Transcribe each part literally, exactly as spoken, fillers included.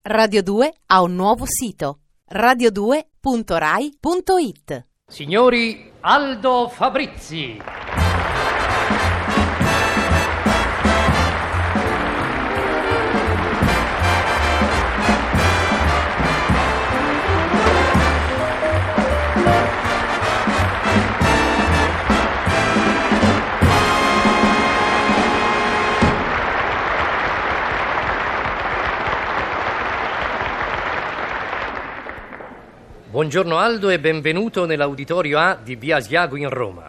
Radio due ha un nuovo sito, radio due punto rai punto it. Signori, Aldo Fabrizi. Buongiorno Aldo e benvenuto nell'Auditorio A di Via Asiago in Roma.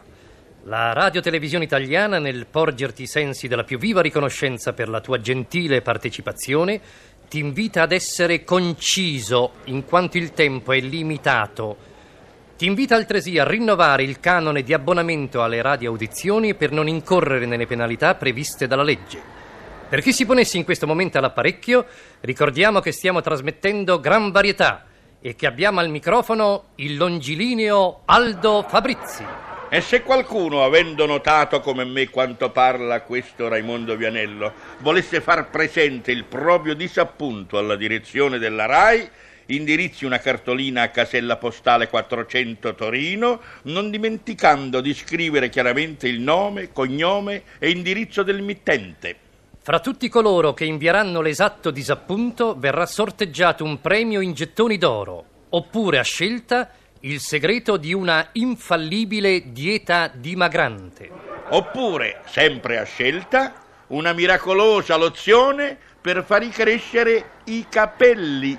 La radio-televisione italiana, nel porgerti i sensi della più viva riconoscenza per la tua gentile partecipazione, ti invita ad essere conciso, in quanto il tempo è limitato. Ti invita altresì a rinnovare il canone di abbonamento alle radioaudizioni per non incorrere nelle penalità previste dalla legge. Per chi si ponesse in questo momento all'apparecchio, ricordiamo che stiamo trasmettendo Gran Varietà e che abbiamo al microfono il longilineo Aldo Fabrizi. E se qualcuno, avendo notato come me quanto parla questo Raimondo Vianello, volesse far presente il proprio disappunto alla direzione della RAI, indirizzi una cartolina a casella postale quattrocento Torino, non dimenticando di scrivere chiaramente il nome, cognome e indirizzo del mittente. Fra tutti coloro che invieranno l'esatto disappunto verrà sorteggiato un premio in gettoni d'oro, oppure a scelta il segreto di una infallibile dieta dimagrante. Oppure, sempre a scelta, una miracolosa lozione per far ricrescere i capelli.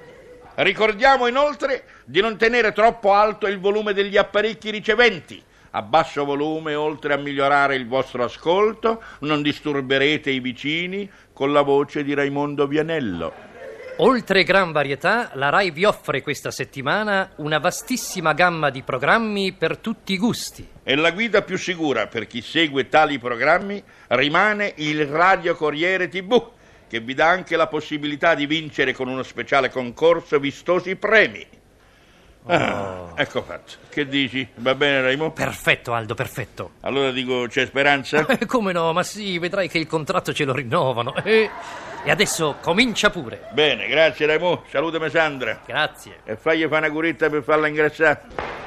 Ricordiamo inoltre di non tenere troppo alto il volume degli apparecchi riceventi. A basso volume, oltre a migliorare il vostro ascolto, non disturberete i vicini con la voce di Raimondo Vianello. Oltre Gran Varietà, la RAI vi offre questa settimana una vastissima gamma di programmi per tutti i gusti. E la guida più sicura per chi segue tali programmi rimane il Radio Corriere tivù, che vi dà anche la possibilità di vincere con uno speciale concorso vistosi premi. Ah, oh. Ecco fatto. Che dici? Va bene, Raimondo? Perfetto, Aldo, perfetto. Allora dico, c'è speranza? Eh, come no, ma sì, vedrai che il contratto ce lo rinnovano. Eh, e adesso comincia pure. Bene, grazie Raimondo. Salutami Sandra. Grazie. E fagli fare una curetta per farla ingrassare.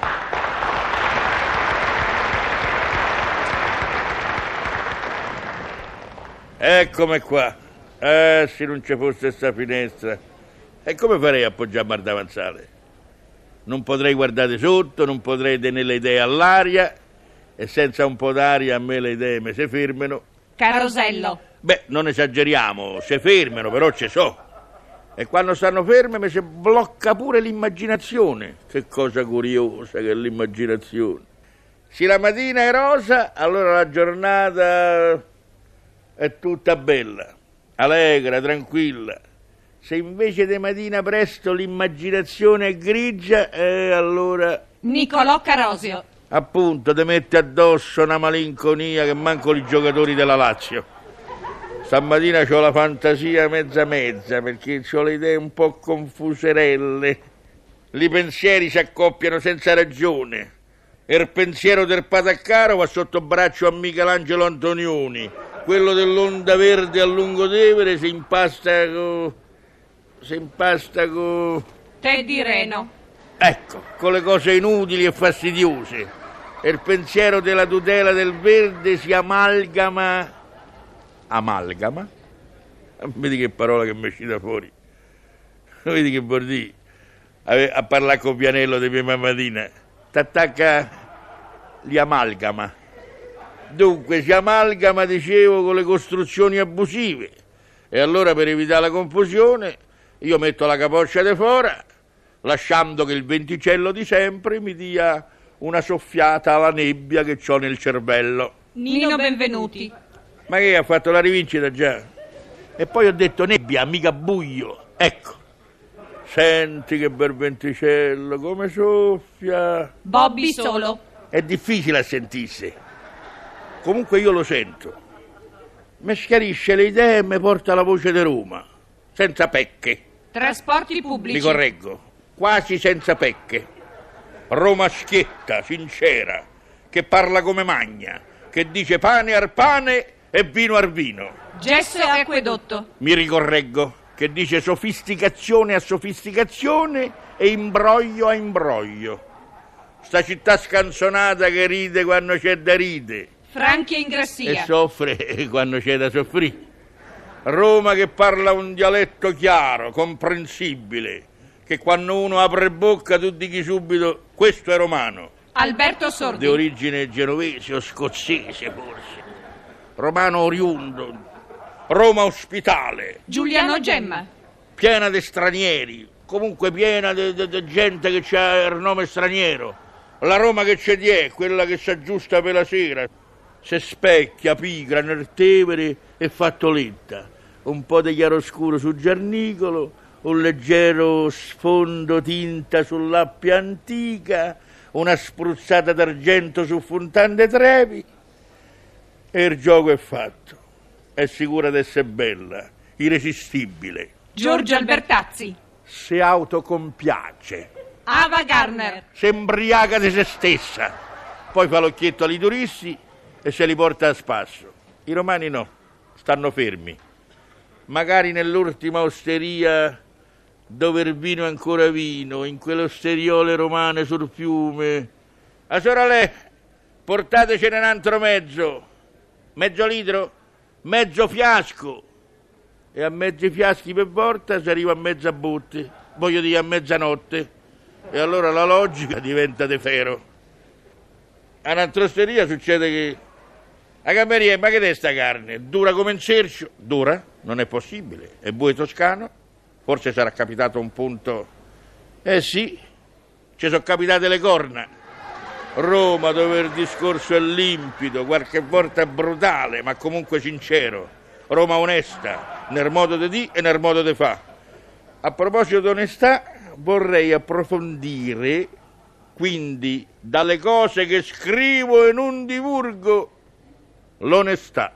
Eccomi qua. Eh, se non ci fosse sta finestra. E come farei a appoggiarmi al davanzale? Non potrei guardare sotto, non potrei tenere le idee all'aria, e senza un po' d'aria a me le idee mi si fermano. Carosello. Beh, non esageriamo, si fermano, però ci so. E quando stanno ferme mi si blocca pure l'immaginazione. Che cosa curiosa che è l'immaginazione. Se la mattina è rosa, allora la giornata è tutta bella, allegra, tranquilla. Se invece di mattina presto l'immaginazione è grigia, eh, allora... Niccolò Carosio. Appunto, ti mette addosso una malinconia che manco i giocatori della Lazio. Stamattina c'ho la fantasia mezza mezza, perché c'ho le idee un po' confuserelle. I pensieri si accoppiano senza ragione. E il pensiero del Pataccaro va sotto braccio a Michelangelo Antonioni. Quello dell'Onda Verde a Lungotevere si impasta con... si impasta con... Teddy Reno. Ecco, con le cose inutili e fastidiose. E il pensiero della tutela del verde si amalgama... Amalgama? Vedi che parola che mi è uscita fuori. Vedi che vuol dire? A parlare con Vianello di mia mammatina. T'attacca li amalgama. Dunque si amalgama, dicevo, con le costruzioni abusive. E allora, per evitare la confusione, io metto la capoccia di fuori, lasciando che il venticello di sempre mi dia una soffiata alla nebbia che ho nel cervello. Nino Benvenuti. Ma che ha fatto la rivincita già? E poi ho detto nebbia, mica buio. Ecco. Senti che bel venticello, come soffia. Bobby Solo. È difficile a sentirsi. Comunque io lo sento. Mi schiarisce le idee e mi porta la voce di Roma. Senza pecche. Trasporti pubblici. Mi correggo, quasi senza pecche. Roma schietta, sincera, che parla come magna, che dice pane al pane e vino al vino. Gesso e acquedotto. Mi ricorreggo, che dice sofisticazione a sofisticazione e imbroglio a imbroglio. Sta città scanzonata che ride quando c'è da ride Franchi e e Ingrassia. soffre quando c'è da soffrire. Roma che parla un dialetto chiaro, comprensibile, che quando uno apre bocca tu dici subito questo è romano, Alberto di Sordi. origine genovese o scozzese forse, romano oriundo, Roma ospitale, Giuliano Gemma. piena di stranieri, comunque piena di gente che ha il nome straniero. La Roma che c'è di è, quella che si aggiusta per la sera, si specchia, pigra nel Tevere e fattoletta, un po' di chiaroscuro sul Giarnicolo, un leggero sfondo tinta sull'Appia antica, una spruzzata d'argento su Fontan de Trevi e il gioco è fatto. È sicura di essere bella, irresistibile. Giorgio Albertazzi. Si autocompiace, Ava Gardner. si imbriaca di se stessa, poi fa l'occhietto ai turisti e se li porta a spasso. I romani no, stanno fermi. Magari nell'ultima osteria dove il vino è ancora vino, in quelle osteriole romane sul fiume. A sorelle, portatecene un altro mezzo, mezzo litro, mezzo fiasco. E a mezzi fiaschi per volta si arriva a mezza botte, voglio dire a mezzanotte, e allora la logica diventa de ferro. A un'altra osteria succede che la cameriera, ma che è sta carne? Dura come un cercio? Dura? Non è possibile. E voi toscano? Forse sarà capitato un punto. Eh sì, ci sono capitate le corna. Roma, dove il discorso è limpido, qualche volta brutale, ma comunque sincero. Roma onesta, nel modo di dire e nel modo di fa. A proposito di onestà, vorrei approfondire, quindi, dalle cose che scrivo e non divulgo, l'onestà.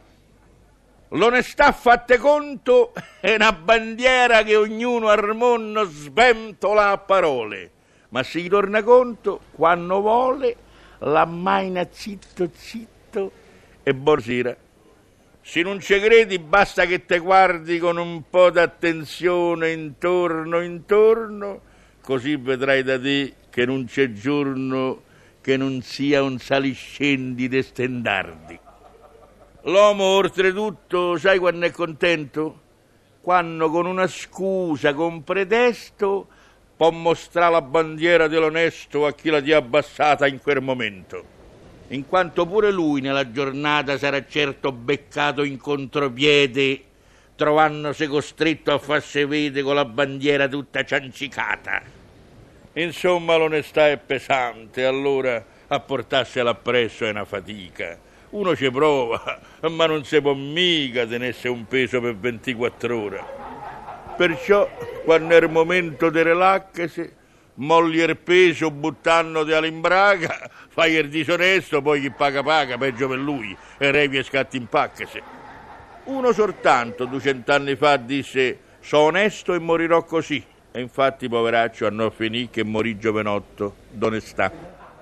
L'onestà, fatte conto, è una bandiera che ognuno al mondo sventola a parole, ma si torna conto quando vuole, la maina zitto zitto e buonasera. Se non ci credi basta che te guardi con un po' d'attenzione intorno intorno, così vedrai da te che non c'è giorno che non sia un saliscendi de stendardi. L'uomo oltretutto, sai quando è contento? Quando con una scusa, con pretesto, può mostrare la bandiera dell'onesto a chi la ti ha abbassata in quel momento. In quanto pure lui nella giornata sarà certo beccato in contropiede, trovandosi costretto a farsi vedere con la bandiera tutta ciancicata. Insomma, l'onestà è pesante, allora a portarsela appresso è una fatica. Uno ci prova, ma non si può mica tenersi un peso per ventiquattro ore. Perciò, quando è il momento di relax, molli il peso buttandoti all'imbraca, fai il disonesto, poi chi paga paga, peggio per lui, e revi e scatti in paccase. Uno soltanto duecent'anni fa disse «So onesto e morirò così», e infatti poveraccio andò a finire che morì giovenotto d'onestà.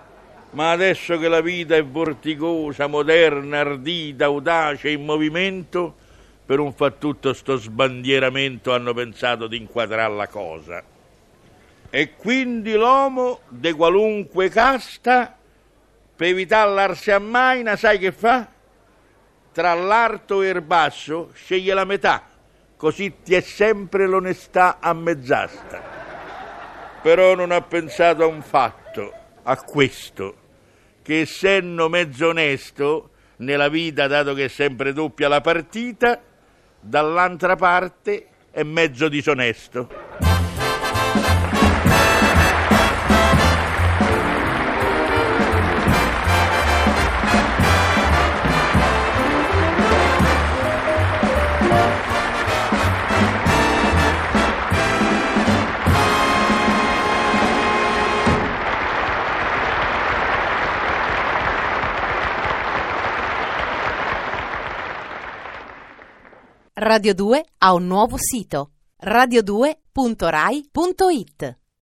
Ma adesso che la vita è vorticosa, moderna, ardita, audace, in movimento, per un fa tutto sto sbandieramento hanno pensato di inquadrare la cosa. E quindi l'uomo, de qualunque casta, per evitare l'arsi a maina, sai che fa? Tra l'alto e il basso sceglie la metà, così ti è sempre l'onestà a mezz'asta. Però non ha pensato a un fatto, a questo, che essendo mezzo onesto, nella vita, dato che è sempre doppia la partita, dall'altra parte è mezzo disonesto. Radio due ha un nuovo sito, radio due punto rai punto it.